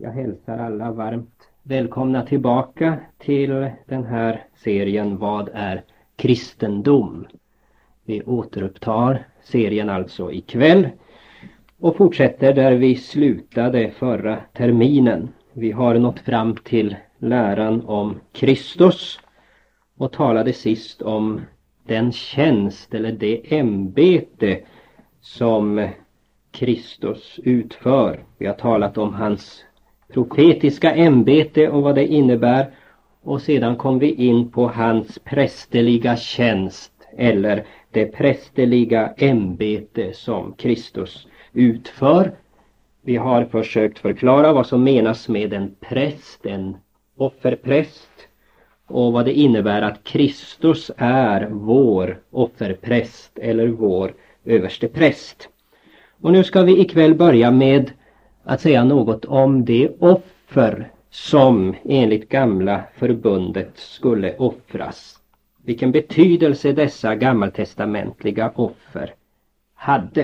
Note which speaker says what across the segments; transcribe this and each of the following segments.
Speaker 1: Jag hälsar alla varmt välkomna tillbaka till den här serien Vad är kristendom? Vi återupptar serien alltså ikväll och fortsätter där vi slutade förra terminen. Vi har nått fram till läran om Kristus och talade sist om den tjänst eller det ämbete som Kristus utför. Vi har talat om hans profetiska ämbete och vad det innebär, och sedan kom vi in på hans prästerliga tjänst eller det prästerliga ämbete som Kristus utför. Vi har försökt förklara vad som menas med en präst, en offerpräst, och vad det innebär att Kristus är vår offerpräst eller vår överstepräst. Och nu ska vi ikväll börja med att säga något om det offer som enligt gamla förbundet skulle offras. Vilken betydelse dessa gammaltestamentliga offer hade.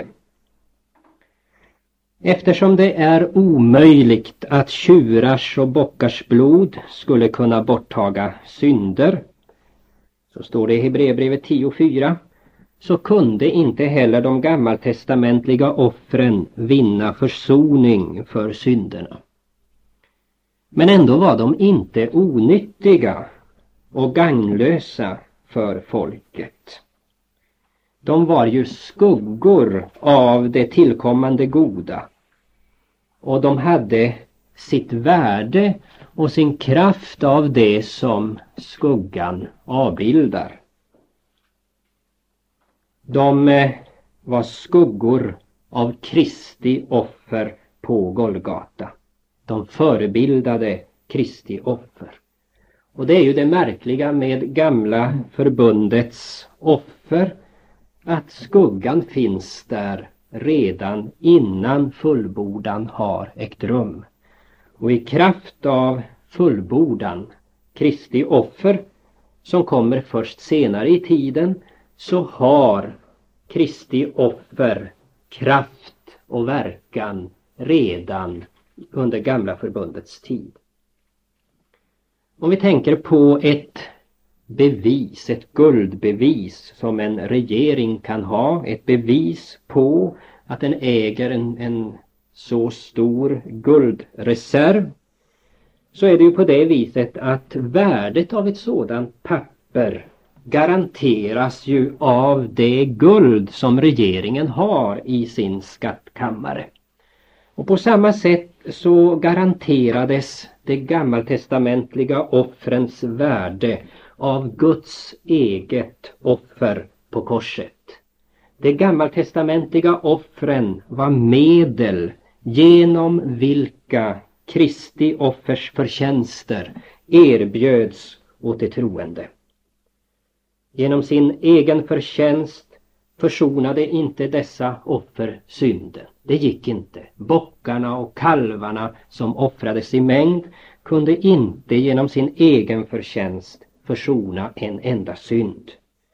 Speaker 1: Eftersom det är omöjligt att tjurars och bockars blod skulle kunna borttaga synder, så står det i Hebreerbrevet 10:4, så kunde inte heller de gammaltestamentliga offren vinna försoning för synderna. Men ändå var de inte onyttiga och gagnlösa för folket. De var ju skuggor av det tillkommande goda, och de hade sitt värde och sin kraft av det som skuggan avbildar. De var skuggor av Kristi offer på Golgata. De förebildade Kristi offer. Och det är ju det märkliga med gamla förbundets offer, att skuggan finns där redan innan fullbordan har ägt rum. Och i kraft av fullbordan, Kristi offer, som kommer först senare i tiden, så har Kristi offer kraft och verkan redan under gamla förbundets tid. Om vi tänker på ett bevis, ett guldbevis som en regering kan ha, ett bevis på att den äger en så stor guldreserv, så är det ju på det viset att värdet av ett sådant papper garanteras ju av det guld som regeringen har i sin skattkammare. Och på samma sätt så garanterades det gammaltestamentliga offrens värde av Guds eget offer på korset. De gammaltestamentliga offren var medel genom vilka Kristi offers förtjänster erbjöds åt de troende. Genom sin egen förtjänst försonade inte dessa offer synden. Det gick inte. Bockarna och kalvarna som offrades i mängd kunde inte genom sin egen förtjänst försona en enda synd.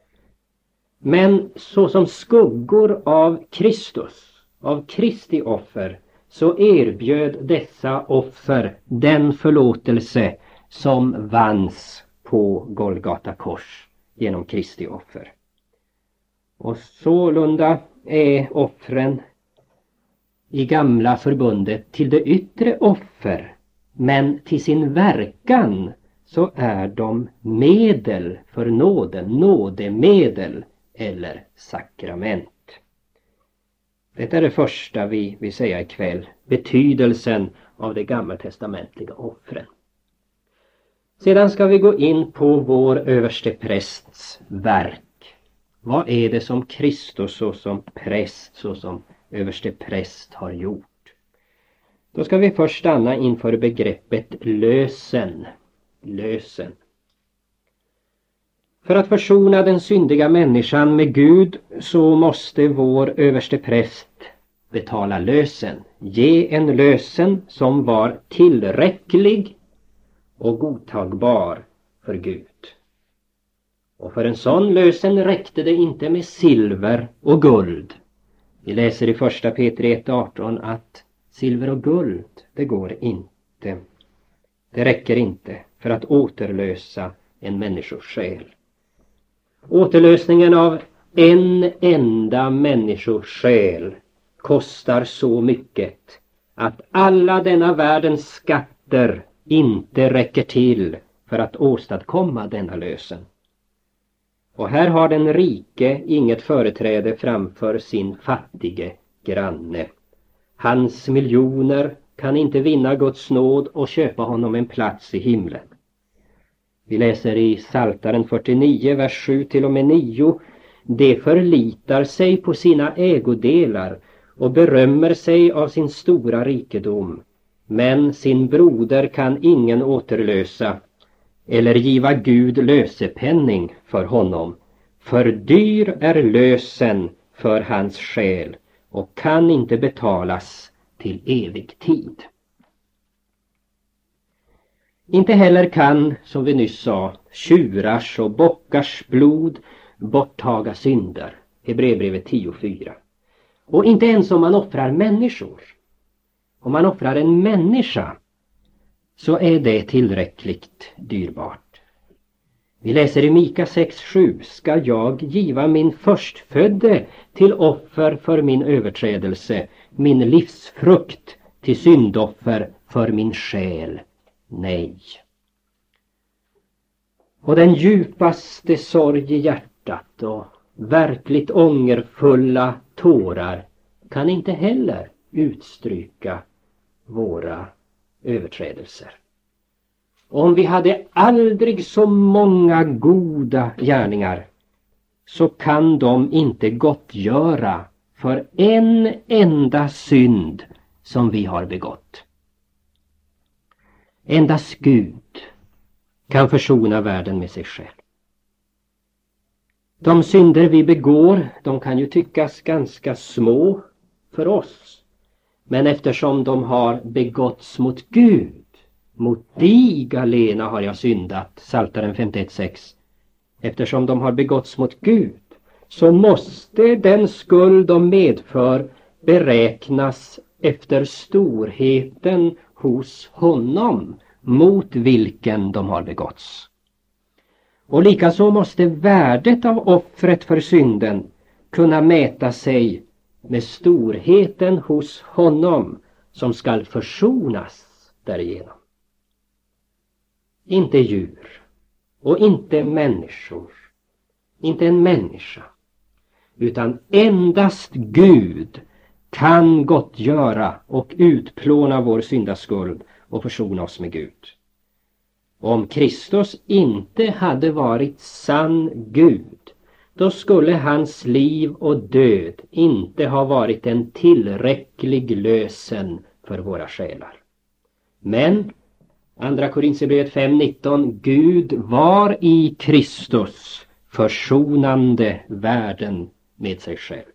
Speaker 1: Men så som skuggor av Kristus, av Kristi offer, så erbjöd dessa offer den förlåtelse som vanns på Golgata kors genom Kristi offer. Och sålunda är offren i gamla förbundet till det yttre offer, men till sin verkan så är de medel för nåden, nådemedel eller sakrament. Detta är det första vi vill säga ikväll, betydelsen av de gammaltestamentliga offren. Sedan ska vi gå in på vår översteprästs verk. Vad är det som Kristus såsom präst, såsom överstepräst har gjort? Då ska vi först stanna inför begreppet lösen. Lösen. För att försona den syndiga människan med Gud så måste vår överstepräst betala lösen. Ge en lösen som var tillräcklig och godtagbar för Gud. Och för en sån lösen räckte det inte med silver och guld. Vi läser i 1 Petrus 1:18 att silver och guld, det går inte. inte. Det räcker inte för att återlösa en människosjäl. Återlösningen av en enda människosjäl kostar så mycket att alla denna världens skatter inte räcker till för att åstadkomma denna lösen. Och här har den rike inget företräde framför sin fattige granne. Hans miljoner kan inte vinna Guds nåd och köpa honom en plats i himlen. Vi läser i Psaltaren 49, vers 7 till och med 9. De förlitar sig på sina ägodelar och berömmer sig av sin stora rikedom. Men sin broder kan ingen återlösa eller giva Gud lösepenning för honom. För dyr är lösen för hans själ och kan inte betalas till evig tid. Inte heller kan, som vi nyss sa, tjurars och bockars blod borttaga synder. Hebreerbrevet 10:4. Och inte ens om man offrar människor. Om man offrar en människa så är det tillräckligt dyrbart. Vi läser i Mika 6:7. Ska jag giva min förstfödde till offer för min överträdelse, min livsfrukt till syndoffer för min själ? Nej. Och den djupaste sorg i hjärtat och verkligt ångerfulla tårar kan inte heller utstryka våra överträdelser. Om vi hade aldrig så många goda gärningar så kan de inte gottgöra för en enda synd som vi har begått. Endast Gud kan försona världen med sig själv. De synder vi begår, de kan ju tyckas ganska små för oss. Men eftersom de har begåtts mot Gud, mot dig alena har jag syndat, Psaltaren 51:6. Eftersom de har begåtts mot Gud, så måste den skuld de medför beräknas efter storheten hos honom mot vilken de har begåtts. Och likaså måste värdet av offret för synden kunna mäta sig med storheten hos honom som skall försonas därigenom. Inte djur och inte människor, inte en människa, utan endast Gud kan gottgöra och utplåna vår syndaskuld och försona oss med Gud. Om Kristus inte hade varit sann Gud, då skulle hans liv och död inte ha varit en tillräcklig lösen för våra själar. Men, Andra Korinthierbrevet 5:19, Gud var i Kristus försonande världen med sig själv.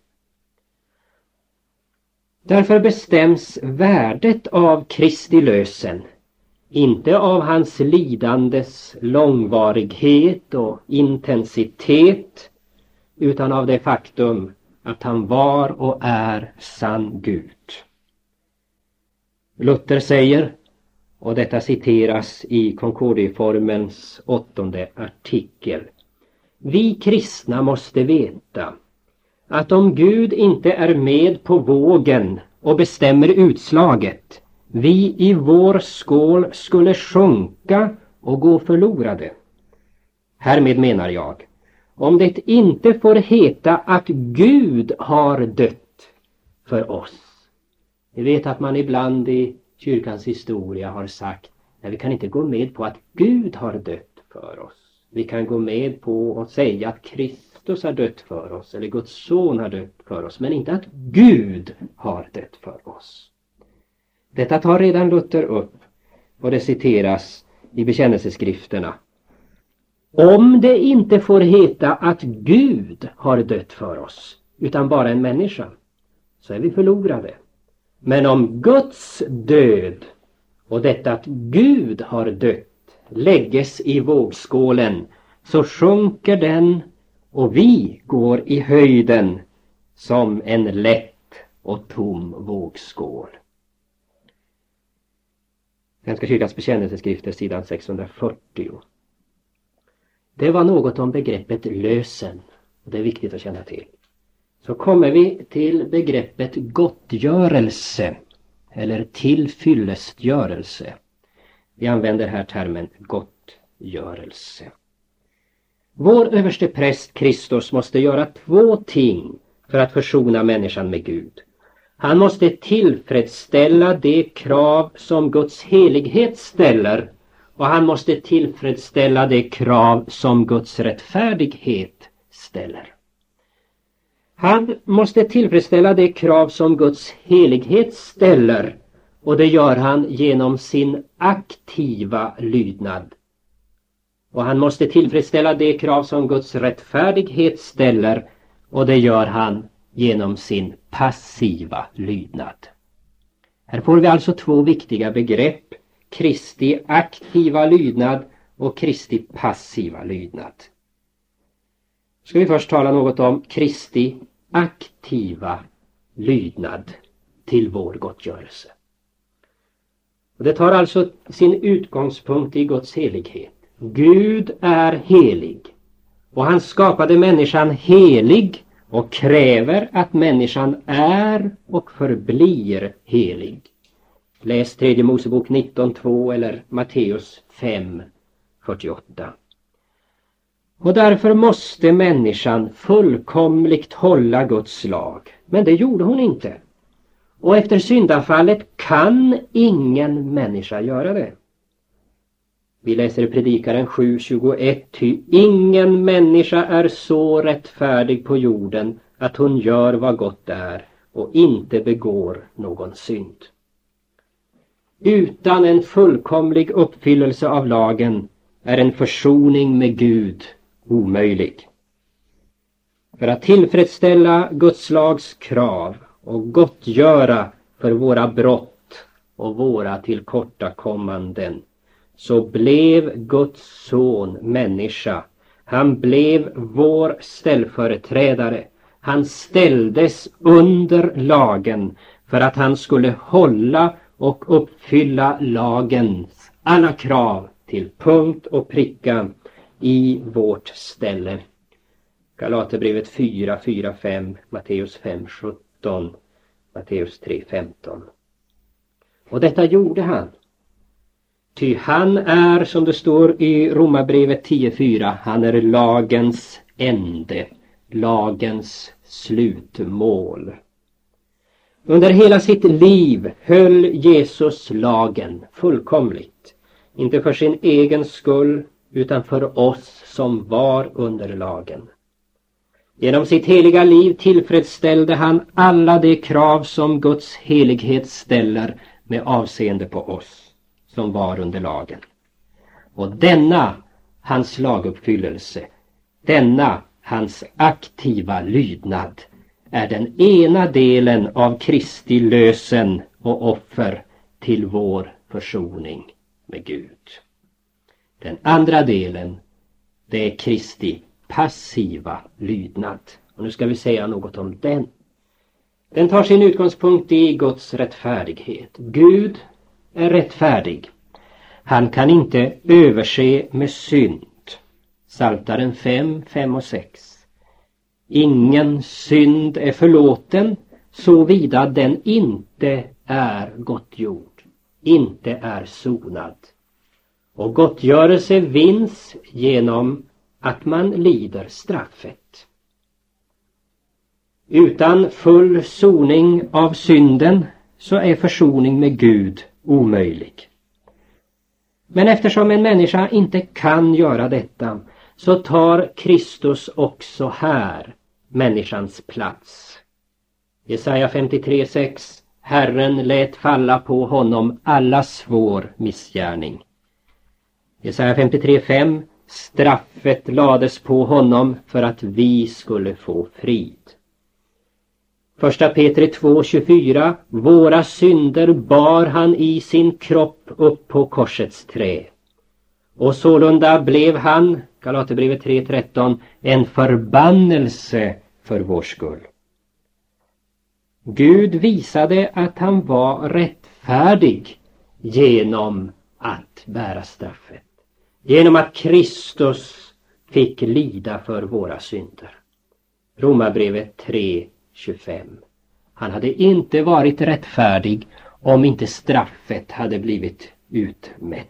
Speaker 1: Därför bestäms värdet av Kristi lösen inte av hans lidandes långvarighet och intensitet, utan av det faktum att han var och är sann Gud. Luther säger, och detta citeras i Concordieformens 8:e artikel: vi kristna måste veta att om Gud inte är med på vågen och bestämmer utslaget, vi i vår skål skulle sjunka och gå förlorade. Härmed menar jag, om det inte får heta att Gud har dött för oss. Vi vet att man ibland i kyrkans historia har sagt, nej, vi kan inte gå med på att Gud har dött för oss. Vi kan gå med på att säga att Kristus har dött för oss, eller Guds son har dött för oss, men inte att Gud har dött för oss. Detta tar redan Luther upp, och det citeras i bekännelseskrifterna. Om det inte får heta att Gud har dött för oss, utan bara en människa, så är vi förlorade. Men om Guds död och detta att Gud har dött lägges i vågskålen, så sjunker den och vi går i höjden som en lätt och tom vågskål. Svenska kyrkans bekännelseskrifter, sidan 640. Det var något om begreppet lösen. Och det är viktigt att känna till. Så kommer vi till begreppet gottgörelse eller tillfyllestgörelse. Vi använder här termen gottgörelse. Vår överste präst Kristus måste göra 2 ting för att försona människan med Gud. Han måste tillfredsställa de krav som Guds helighet ställer, och han måste tillfredsställa de krav som Guds rättfärdighet ställer. Han måste tillfredsställa de krav som Guds helighet ställer, och det gör han genom sin aktiva lydnad. Och han måste tillfredsställa de krav som Guds rättfärdighet ställer, och det gör han genom sin passiva lydnad. Här får vi alltså 2 viktiga begrepp: Kristi aktiva lydnad och Kristi passiva lydnad. Ska vi först tala något om Kristi aktiva lydnad till vår gottgörelse. Och det tar alltså sin utgångspunkt i Guds helighet. Gud är helig, och han skapade människan helig och kräver att människan är och förblir helig. Läs 3 Mosebok 19:2 eller Matteus 5:48. Och därför måste människan fullkomligt hålla Guds lag. Men det gjorde hon inte. Och efter syndafallet kan ingen människa göra det. Vi läser i Predikaren 7:21: Ty ingen människa är så rättfärdig på jorden att hon gör vad gott är och inte begår någon synd. Utan en fullkomlig uppfyllelse av lagen är en försoning med Gud omöjlig. För att tillfredsställa Guds lags krav och gottgöra för våra brott och våra tillkortakommanden, så blev Guds son människa. Han blev vår ställföreträdare. Han ställdes under lagen för att han skulle hålla och uppfylla lagens alla krav till punkt och pricka i vårt ställe. Galaterbrevet 4:4-5, Matteus 5:17, Matteus 3:15. Och detta gjorde han. Ty han är, som det står i Romarbrevet 10:4, han är lagens ände, lagens slutmål. Under hela sitt liv höll Jesus lagen fullkomligt, inte för sin egen skull utan för oss som var under lagen. Genom sitt heliga liv tillfredsställde han alla de krav som Guds helighet ställer med avseende på oss som var under lagen. Och denna hans laguppfyllelse, denna hans aktiva lydnad är den ena delen av Kristi lösen och offer till vår försoning med Gud. Den andra delen, det är Kristi passiva lydnad. Och nu ska vi säga något om den. Den tar sin utgångspunkt i Guds rättfärdighet. Gud är rättfärdig. Han kan inte överse med synd. Psaltaren 5:5-6. Ingen synd är förlåten såvida den inte är gottgjord, inte är sonad. Och gottgörelse vinns genom att man lider straffet. Utan full soning av synden så är försoning med Gud omöjlig. Men eftersom en människa inte kan göra detta, så tar Kristus också här människans plats. Jesaja 53:6: Herren lät falla på honom allas vår missgärning. Jesaja 53:5: Straffet lades på honom för att vi skulle få frid. 1 Petri 2:24: Våra synder bar han i sin kropp upp på korsets trä. Och sålunda blev han, Galaterbrevet 3:13, en förbannelse för vår skull. Gud visade att han var rättfärdig genom att bära straffet. Genom att Kristus fick lida för våra synder. Romarbrevet 3:25. Han hade inte varit rättfärdig om inte straffet hade blivit utmätt.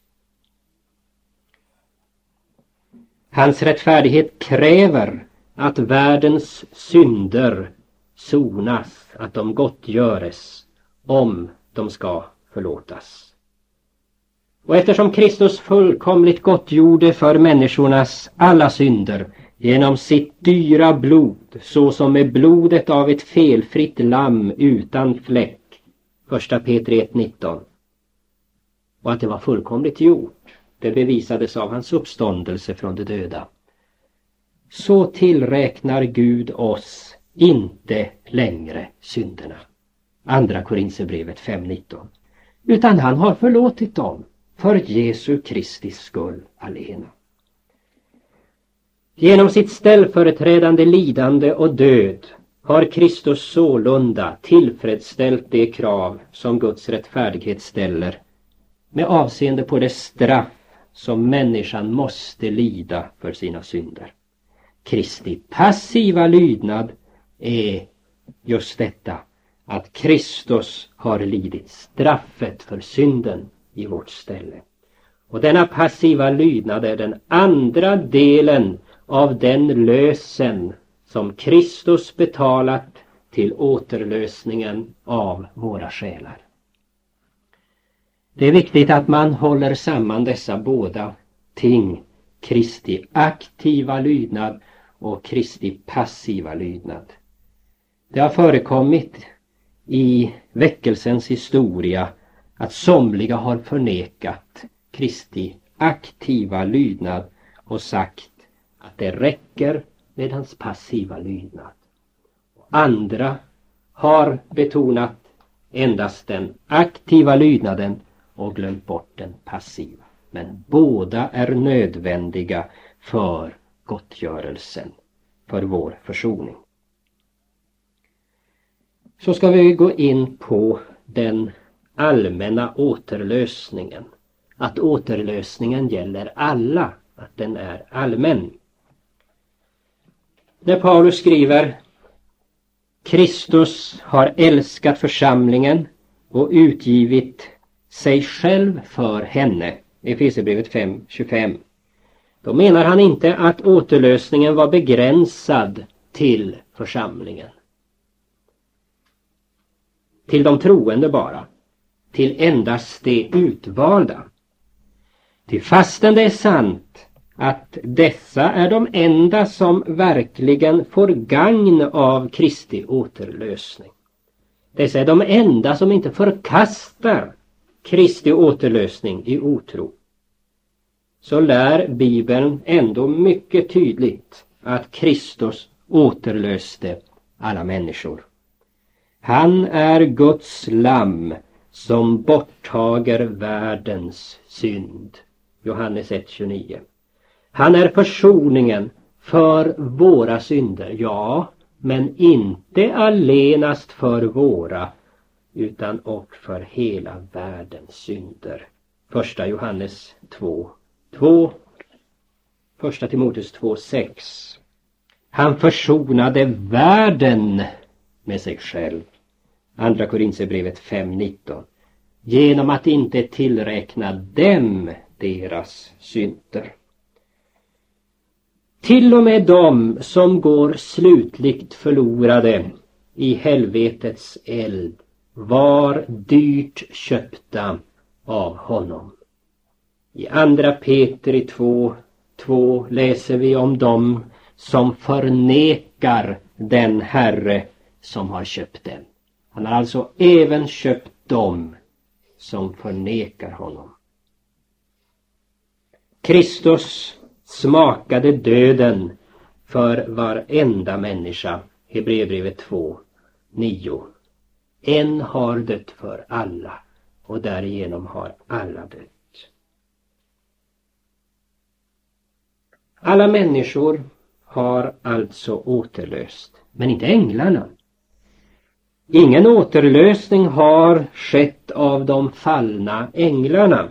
Speaker 1: Hans rättfärdighet kräver att världens synder sonas, att de gottgöres om de ska förlåtas. Och eftersom Kristus fullkomligt gottgjorde för människornas alla synder genom sitt dyra blod, så som med blodet av ett felfritt lamm utan fläck, 1 Peter 1:19, och att det var fullkomligt gjort, det bevisades av hans uppståndelse från de döda, så tillräknar Gud oss inte längre synderna. Andra Korinthierbrevet 5:19. Utan han har förlåtit dem för Jesu Kristi skull allena. Genom sitt ställföreträdande lidande och död har Kristus sålunda tillfredsställt det krav som Guds rättfärdighet ställer med avseende på det straff som människan måste lida för sina synder. Kristi passiva lydnad är just detta, att Kristus har lidit straffet för synden i vårt ställe. Och denna passiva lydnad är den andra delen av den lösen som Kristus betalat till återlösningen av våra själar. Det är viktigt att man håller samman dessa båda ting, Kristi aktiva lydnad och Kristi passiva lydnad. Det har förekommit i väckelsens historia att somliga har förnekat Kristi aktiva lydnad och sagt att det räcker med hans passiva lydnad. Andra har betonat endast den aktiva lydnaden och glömt bort den passiva. Men båda är nödvändiga för gottgörelsen, för vår försoning. Så ska vi gå in på den allmänna återlösningen. Att återlösningen gäller alla, att den är allmän. När Paulus skriver: Kristus har älskat församlingen och utgivit sig själv för henne, Efesierbrevet 5:25, då menar han inte att återlösningen var begränsad till församlingen, till de troende bara, till endast de utvalda. Ty fastän det är sant att dessa är de enda som verkligen får gagn av Kristi återlösning, dessa är de enda som inte förkastar Kristi återlösning i otro, så lär Bibeln ändå mycket tydligt att Kristus återlöste alla människor. Han är Guds lamm som borttager världens synd. Johannes 1:29. Han är försoningen för våra synder, ja, men inte allenast för våra, utan och för hela världens synder. 1 Johannes 2:2, 1 Timoteus 2:6. Han försonade världen med sig själv. 2 Korinthierbrevet 5:19. Genom att inte tillräkna dem deras synder. Till och med de som går slutligt förlorade i helvetets eld var dyrt köpta av honom. I 2 Petri 2:2 läser vi om dem som förnekar den Herre som har köpt dem. Han har alltså även köpt dem som förnekar honom. Kristus smakade döden för varenda människa. Hebreerbrevet 2:9. En har dött för alla, och därigenom har alla dött. Alla människor har alltså återlöst, men inte änglarna. Ingen återlösning har skett av de fallna änglarna.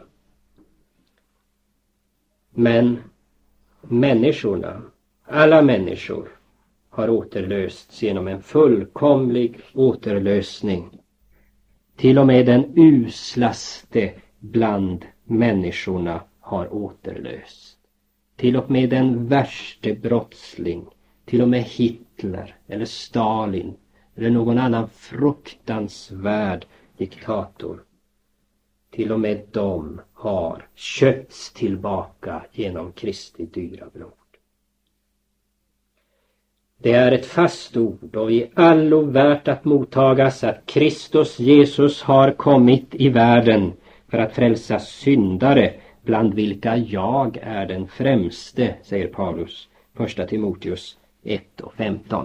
Speaker 1: Men människorna, alla människor, har återlösts genom en fullkomlig återlösning. Till och med den uslaste bland människorna har återlösts. Till och med den värste brottsling, till och med Hitler eller Stalin eller någon annan fruktansvärd diktator, till och med de har köpts tillbaka genom Kristi dyra blod. Det är ett fast ord och i allo värt att mottagas att Kristus Jesus har kommit i världen för att frälsa syndare, bland vilka jag är den främste, säger Paulus, 1 Timoteus 1:15.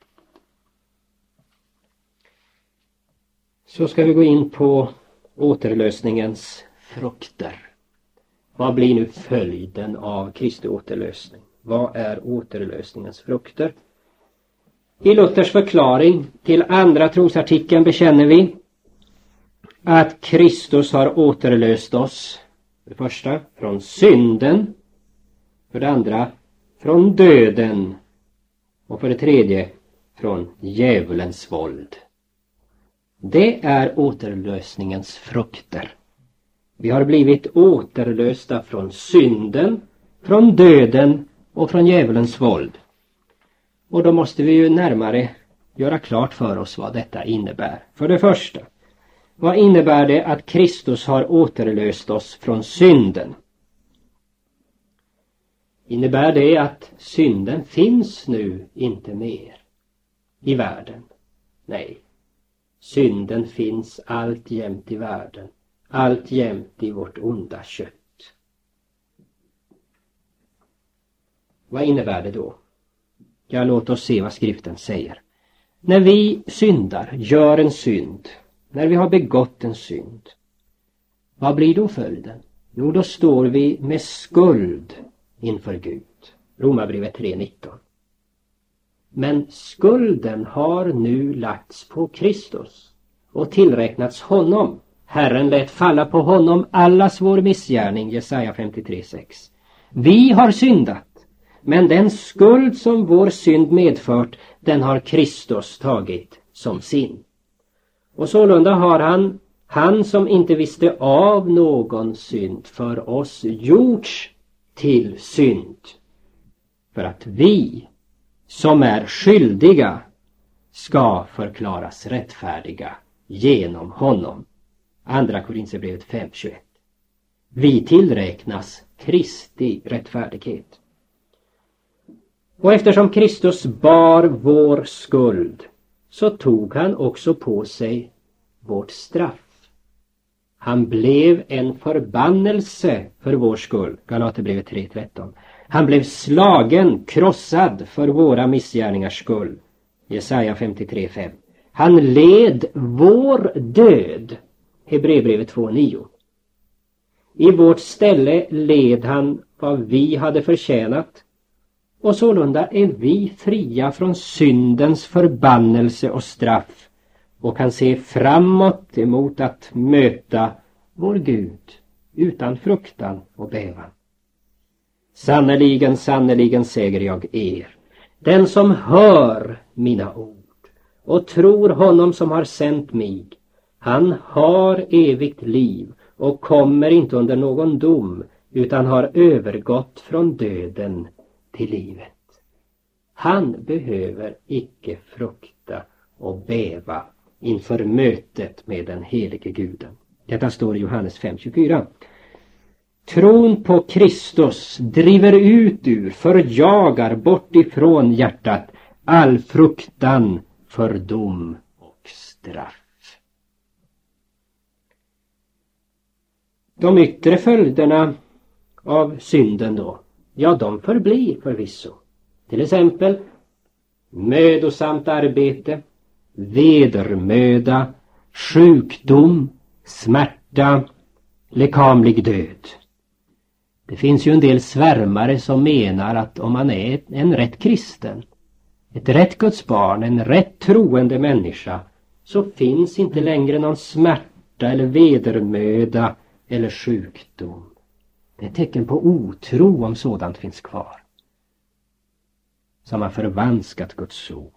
Speaker 1: Så ska vi gå in på återlösningens frukter. Vad blir nu följden av Kristi återlösning? Vad är återlösningens frukter? I Luthers förklaring till andra trosartikeln bekänner vi att Kristus har återlöst oss, för det första från synden, för det andra från döden och för det tredje från djävulens våld. Det är återlösningens frukter. Vi har blivit återlösta från synden, från döden och från djävulens våld. Och då måste vi ju närmare göra klart för oss vad detta innebär. För det första, vad innebär det att Kristus har återlöst oss från synden? Innebär det att synden finns nu inte mer i världen? Nej, synden finns alltjämt i världen, alltjämt i vårt onda kött. Vad innebär det då? Ja, låt oss se vad skriften säger. När vi syndar, gör en synd, när vi har begått en synd, vad blir då följden? Jo, då står vi med skuld inför Gud. Romarbrevet 3:19. Men skulden har nu lagts på Kristus och tillräknats honom. Herren lät falla på honom allas vår missgärning, Jesaja 53:6. Vi har syndat, men den skuld som vår synd medfört, den har Kristus tagit som sin. Och sålunda har han som inte visste av någon synd för oss gjorts till synd, för att vi som är skyldiga ska förklaras rättfärdiga genom honom. Andra Korinthierbrevet 5:21. Vi tillräknas Kristi rättfärdighet. Och eftersom Kristus bar vår skuld, så tog han också på sig vårt straff. Han blev en förbannelse för vår skull, Galaterbrevet 3:13. Han blev slagen, krossad för våra missgärningars skull, Jesaja 53:5. Han led vår död, Hebreerbrevet 2:9. I vårt ställe led han vad vi hade förtjänat, och sålunda är vi fria från syndens förbannelse och straff och kan se framåt emot att möta vår Gud utan fruktan och bävan. Sannerligen, sannerligen säger jag er, den som hör mina ord och tror honom som har sänt mig, han har evigt liv och kommer inte under någon dom, utan har övergått från döden till livet. Han behöver icke frukta och bäva inför mötet med den helige Guden. Detta står i Johannes 5:24. Tron på Kristus driver ut ur, förjagar bort ifrån hjärtat all fruktan för dom och straff. De yttre följderna av synden då, ja, de förblir förvisso. Till exempel mödosamt arbete, vedermöda, sjukdom, smärta, lekamlig död. Det finns ju en del svärmare som menar att om man är en rätt kristen, ett rätt Guds barn, en rätt troende människa, så finns inte längre någon smärta eller vedermöda eller sjukdom. Det är ett tecken på otro om sådant finns kvar, som har förvanskat Guds ord.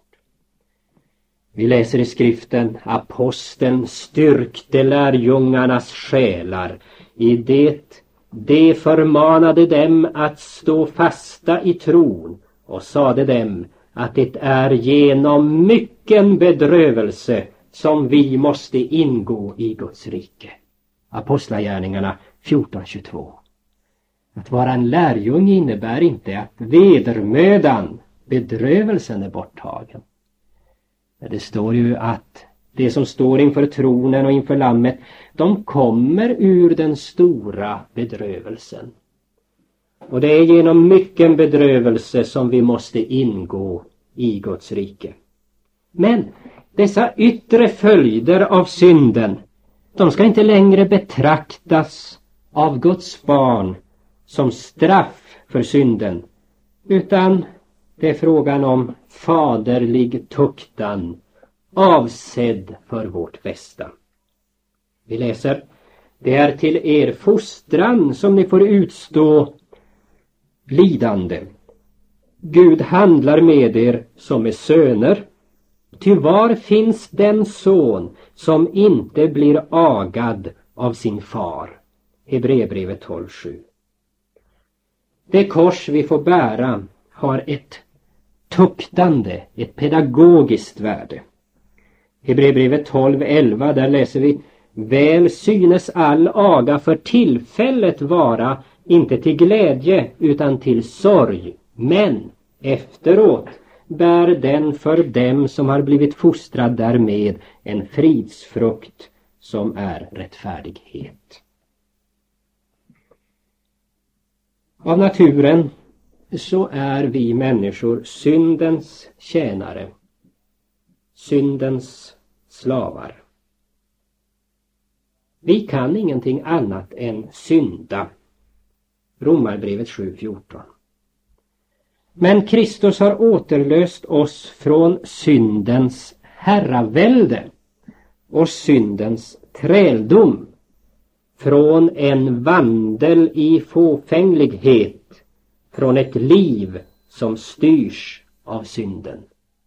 Speaker 1: Vi läser i skriften: aposteln styrkte lärjungarnas själar i det de förmanade dem att stå fasta i tron och sade dem att det är genom mycken bedrövelse som vi måste ingå i Guds rike. Apostlagärningarna 14:22. Att vara en lärjung innebär inte att vedermödan, bedrövelsen, är borttagen. Det står ju att det som står inför tronen och inför lammet, de kommer ur den stora bedrövelsen. Och det är genom mycken bedrövelse som vi måste ingå i Guds rike. Men dessa yttre följder av synden, de ska inte längre betraktas av Guds barn som straff för synden, utan det är frågan om faderlig tuktan, avsedd för vårt bästa. Vi läser: det är till er fostran som ni får utstå lidande. Gud handlar med er som med söner. Ty var finns den son som inte blir agad av sin far? Hebreerbrevet 12:7. Det kors vi får bära har ett tuktande, ett pedagogiskt värde. Hebreerbrevet 12:11, där läser vi: väl synes all aga för tillfället vara inte till glädje utan till sorg, men efteråt bär den för dem som har blivit fostrad därmed en fridsfrukt som är rättfärdighet. Av naturen så är vi människor syndens tjänare, syndens slavar. Vi kan ingenting annat än synda. Romarbrevet 7:14. Men Kristus har återlöst oss från syndens herravälde och syndens träldom, från en vandel i fåfänglighet, från ett liv som styrs av synden.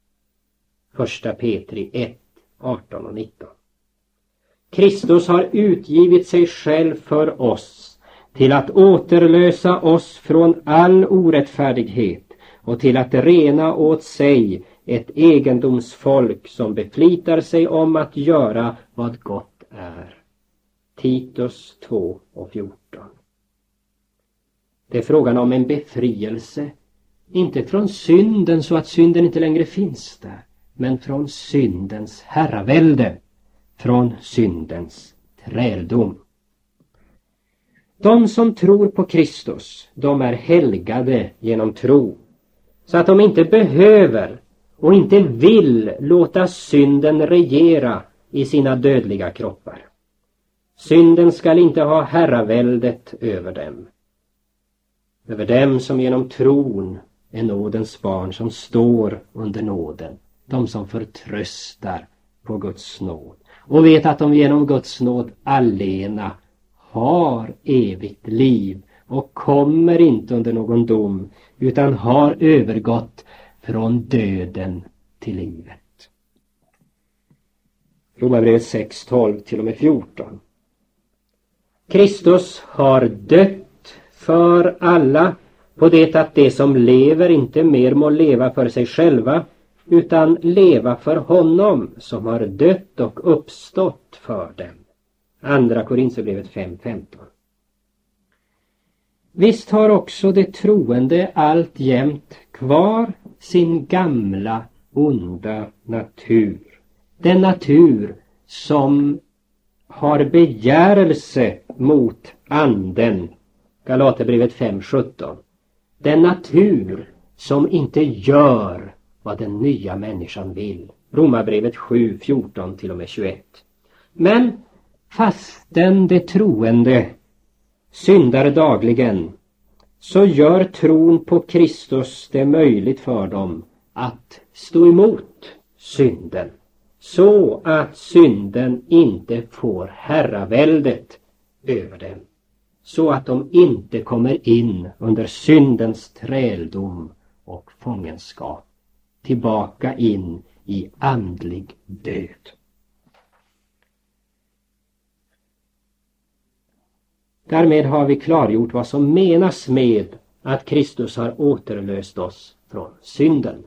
Speaker 1: 1 Petri 1:18 och 19. Kristus har utgivit sig själv för oss till att återlösa oss från all orättfärdighet och till att rena åt sig ett egendomsfolk som beflitar sig om att göra vad gott är. Titus 2:14. Det är frågan om en befrielse, inte från synden så att synden inte längre finns där, men från syndens herravälde, från syndens träldom. De som tror på Kristus, de är helgade genom tro, så att de inte behöver och inte vill låta synden regera i sina dödliga kroppar. Synden skall inte ha herraväldet över dem som genom tron är nådens barn, som står under nåden, de som förtröstar på Guds nåd och vet att de genom Guds nåd allena har evigt liv och kommer inte under någon dom, utan har övergått från döden till livet. Romarbrevet 6:12 till och med 14. Kristus har dött för alla, på det att de som lever inte mer må leva för sig själva, utan leva för honom som har dött och uppstått för dem. 2 Korinthierbrevet 5:15. Visst har också det troende alltjämt kvar sin gamla onda natur. Den natur som har begärelse mot anden. Galaterbrevet 5:17. Den natur som inte gör vad den nya människan vill. Romarbrevet 7:14 till och med 21. Men fastän det troende syndar dagligen, så gör tron på Kristus det möjligt för dem att stå emot synden, så att synden inte får herraväldet över dem, så att de inte kommer in under syndens träldom och fångenskap, tillbaka in i andlig död. Därmed har vi klargjort vad som menas med att Kristus har återlöst oss från synden.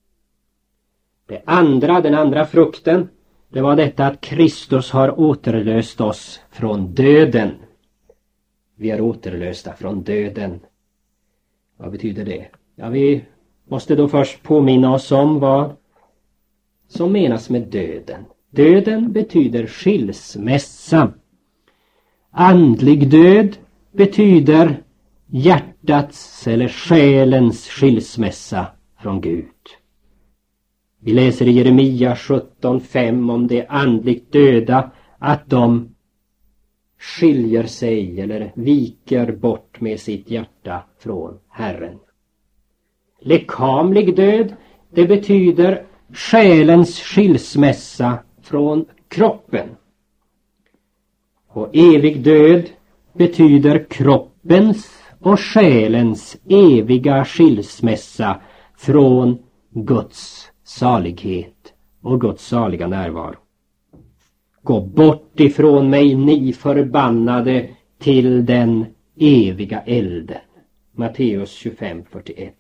Speaker 1: Den andra frukten, det var detta att Kristus har återlöst oss från döden. Vi är återlösta från döden. Vad betyder det? Ja, vi måste då först påminna oss om vad som menas med döden. Döden betyder skilsmässa. Andlig död betyder hjärtats eller själens skilsmässa från Gud. Vi läser i Jeremia 17:5 om det andligt döda, att de skiljer sig eller viker bort med sitt hjärta från Herren. Lekamlig död, det betyder själens skilsmässa från kroppen. Och evig död betyder kroppens och själens eviga skilsmässa från Guds salighet och Guds saliga närvaro. Gå bort ifrån mig, ni förbannade, till den eviga elden. Matteus 25:41.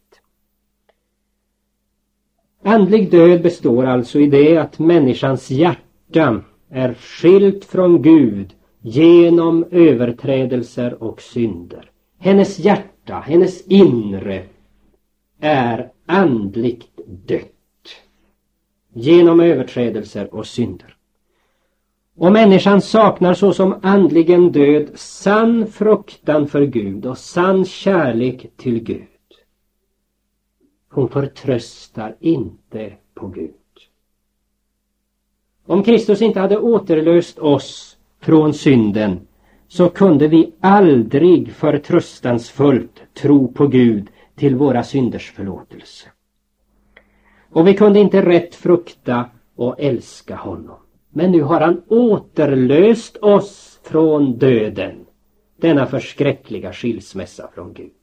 Speaker 1: Andlig död består alltså i det att människans hjärta är skilt från Gud genom överträdelser och synder. Hennes hjärta, hennes inre är andligt dött genom överträdelser och synder. Och människan saknar såsom andligen död sann fruktan för Gud och sann kärlek till Gud. Hon förtröstar inte på Gud. Om Kristus inte hade återlöst oss från synden, så kunde vi aldrig förtröstansfullt tro på Gud till våra synders förlåtelse. Och vi kunde inte rätt frukta och älska honom. Men nu har han återlöst oss från döden, denna förskräckliga skilsmässa från Gud.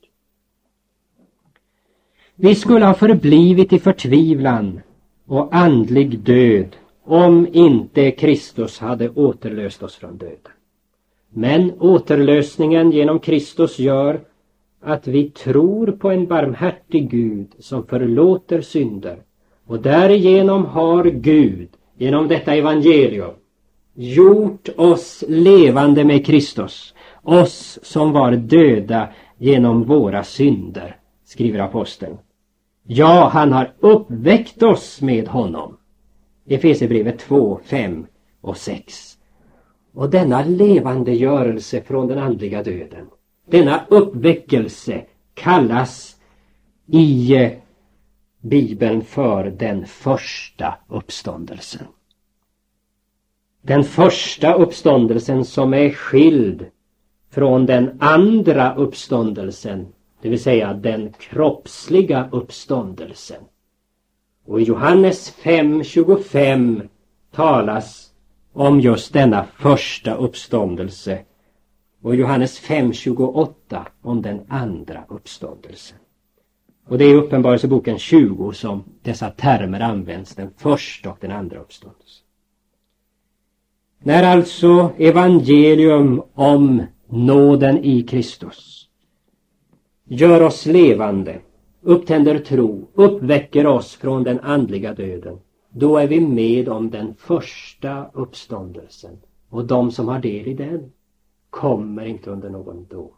Speaker 1: Vi skulle ha förblivit i förtvivlan och andlig död om inte Kristus hade återlöst oss från döden. Men återlösningen genom Kristus gör att vi tror på en barmhärtig Gud som förlåter synder, och därigenom har Gud genom detta evangelium gjort oss levande med Kristus, oss som var döda genom våra synder, skriver aposteln. Ja, han har uppväckt oss med honom. Efesierbrevet 2, 5 och 6. Och denna levandegörelse från den andliga döden, denna uppväckelse kallas i Bibeln för den första uppståndelsen. Den första uppståndelsen som är skild från den andra uppståndelsen, det vill säga den kroppsliga uppståndelsen. Och i Johannes 5:25 talas om just denna första uppståndelse, och i Johannes 5:28 om den andra uppståndelsen. Och det är i Uppenbarelseboken 20 som dessa termer används, den första och den andra uppståndelsen. När alltså evangelium om nåden i Kristus gör oss levande, upptänder tro, uppväcker oss från den andliga döden, då är vi med om den första uppståndelsen. Och de som har del i den kommer inte under någon dom.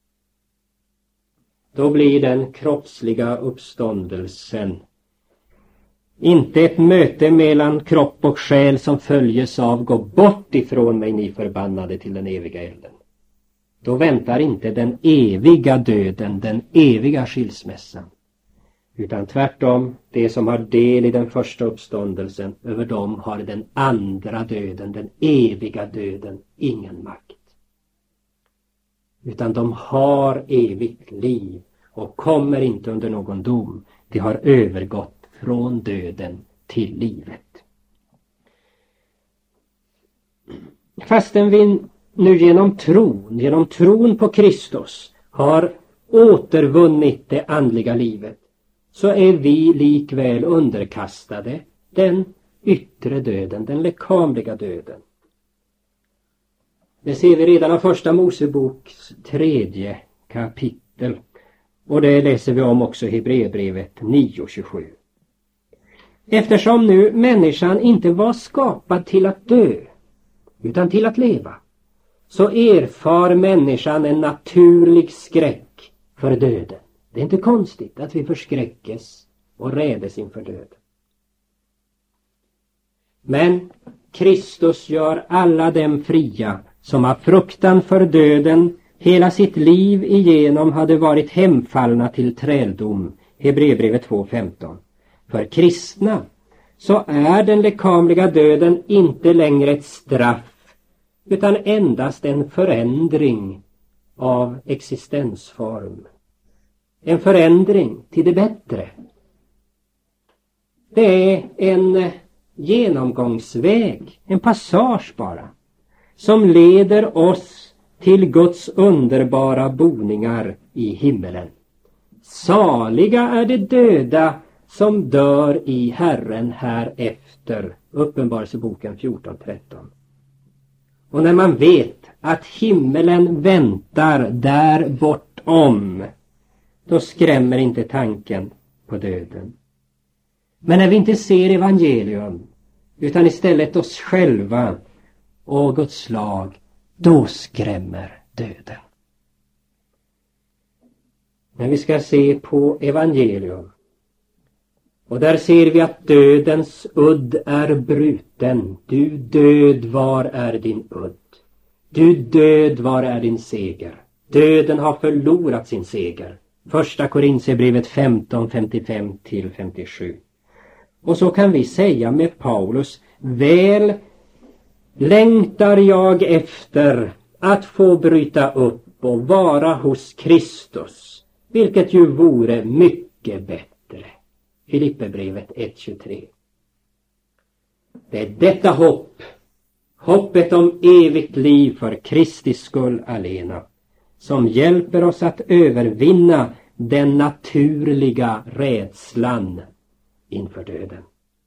Speaker 1: Då blir den kroppsliga uppståndelsen inte ett möte mellan kropp och själ som följes av gå bort ifrån mig, ni förbannade, till den eviga elden. Då väntar inte den eviga döden, den eviga skilsmässan, utan tvärtom, det som har del i den första uppståndelsen, över dem har den andra döden, den eviga döden, ingen makt. Utan de har evigt liv och kommer inte under någon dom. De har övergått från döden till livet. fastän vi nu genom tron på Kristus har återvunnit det andliga livet, så är vi likväl underkastade den yttre döden, den lekamliga döden. Det ser vi redan av första Moseboks 3:e kapitel. Och det läser vi om också i Hebreerbrevet 9:27. Eftersom nu människan inte var skapad till att dö, utan till att leva, så erfar människan en naturlig skräck för döden. Det är inte konstigt att vi förskräckes och rädes inför döden. Men Kristus gör alla dem fria som av fruktan för döden hela sitt liv igenom hade varit hemfallna till träldom. Hebreerbrevet 2:15. För kristna så är den lekamliga döden inte längre ett straff, utan endast en förändring av existensform. En förändring till det bättre. Det är en genomgångsväg, en passage bara, som leder oss till Guds underbara boningar i himmelen. Saliga är de döda som dör i Herren härefter. Uppenbarelseboken 14:13. Och när man vet att himmelen väntar där bortom, då skrämmer inte tanken på döden. Men när vi inte ser evangelium, utan istället oss själva och Guds lag, då skrämmer döden. När vi ska se på evangelium, och där ser vi att dödens udd är bruten. Du död, var är din udd? Du död, var är din seger? Döden har förlorat sin seger. Första Korinthierbrevet 15:55-57. Och så kan vi säga med Paulus: väl längtar jag efter att få bryta upp och vara hos Kristus, vilket ju vore mycket bättre. Filipperbrevet 1:23. Det är detta hopp, hoppet om evigt liv för Kristi skull alena, som hjälper oss att övervinna den naturliga rädslan inför döden.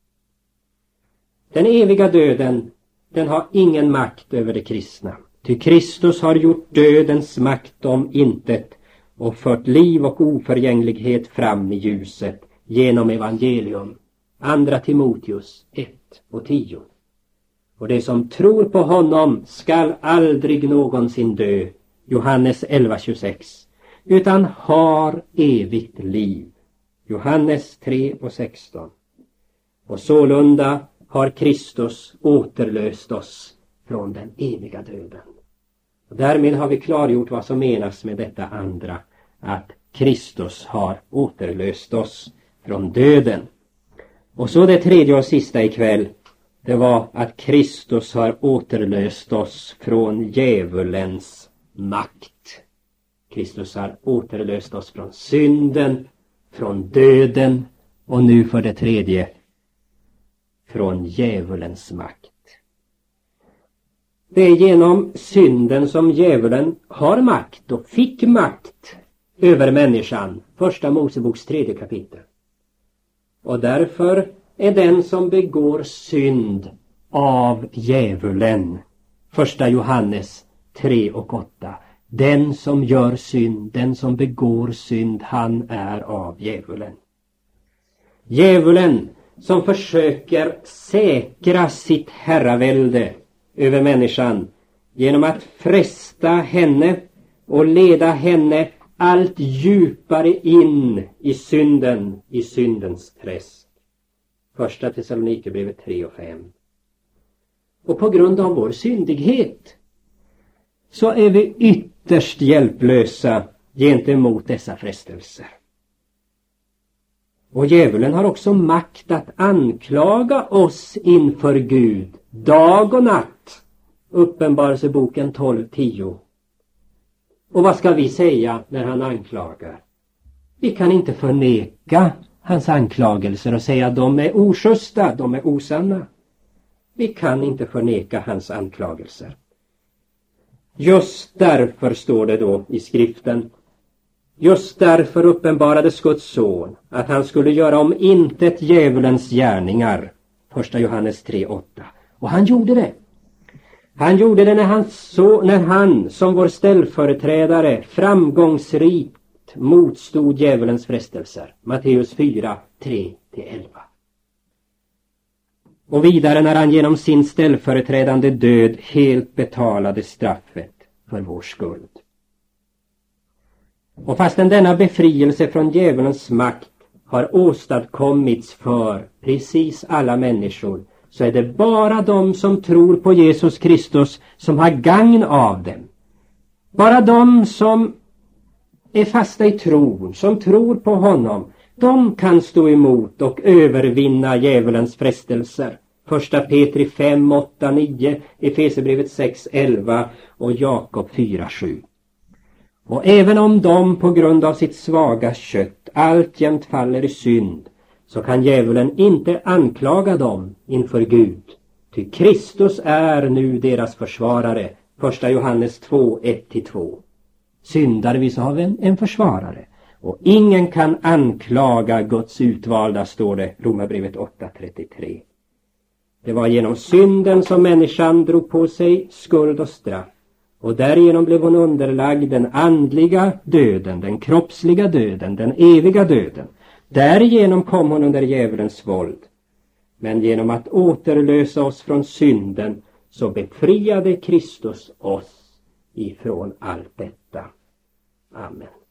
Speaker 1: Den eviga döden, den har ingen makt över de kristna. Ty Kristus har gjort dödens makt om intet och fört liv och oförgänglighet fram i ljuset genom evangelium. Andra Timoteus 1:10. Och det som tror på honom skall aldrig någonsin dö. Johannes 11:26. Utan har evigt liv. Johannes 3:16. Och sålunda har Kristus återlöst oss från den eviga döden. Och därmed har vi klargjort vad som menas med detta andra, att Kristus har återlöst oss från döden. Och så det tredje och sista ikväll, det var att Kristus har återlöst oss från djävulens makt. Kristus har återlöst oss från synden, från döden och nu för det tredje från djävulens makt. Det är genom synden som djävulen har makt och fick makt över människan. Första Moseboks 3:e kapitel. Och därför är den som begår synd av djävulen. Första Johannes 3:8. Den som gör synd, den som begår synd, han är av djävulen. Djävulen som försöker säkra sitt herravälde över människan genom att fresta henne och leda henne allt djupare in i synden, i syndens träsk. Första Thessalonikerbrevet 3:5. Och på grund av vår syndighet så är vi ytterst hjälplösa gentemot dessa frestelser. Och djävulen har också makt att anklaga oss inför Gud dag och natt. Uppenbarelseboken 12:10. Och vad ska vi säga när han anklagar? Vi kan inte förneka hans anklagelser och säga att de är ojusta, de är osanna. Vi kan inte förneka hans anklagelser. Just därför står det då i skriften. Just därför uppenbarades Guds son, att han skulle göra om intet djävulens gärningar. 1 Johannes 3:8. Och han gjorde det. Han gjorde det när han som vår ställföreträdare framgångsrikt motstod djävulens frestelser. Matteus 4, 3-11. Och vidare när han genom sin ställföreträdande död helt betalade straffet för vår skuld. Och fastän denna befrielse från djävulens makt har åstadkommits för precis alla människor, så är det bara de som tror på Jesus Kristus som har gagn av dem. Bara de som är fasta i tron, som tror på honom, de kan stå emot och övervinna djävulens frestelser. 1 Petri 5, 8, 9, Efesierbrevet 6, 11 och Jakob 4, 7. Och även om de på grund av sitt svaga kött alltjämt faller i synd, så kan djävulen inte anklaga dem inför Gud. Ty Kristus är nu deras försvarare. 1 Johannes 2, 1-2. Syndar vi så har vi en försvarare. Och ingen kan anklaga Guds utvalda, står det, Romarbrevet 8:33. Det var genom synden som människan drog på sig skuld och straff. Och därigenom blev hon underlagd den andliga döden, den kroppsliga döden, den eviga döden. Därigenom kom hon under djävulens våld. Men genom att återlösa oss från synden så befriade Kristus oss ifrån allt detta. Amen.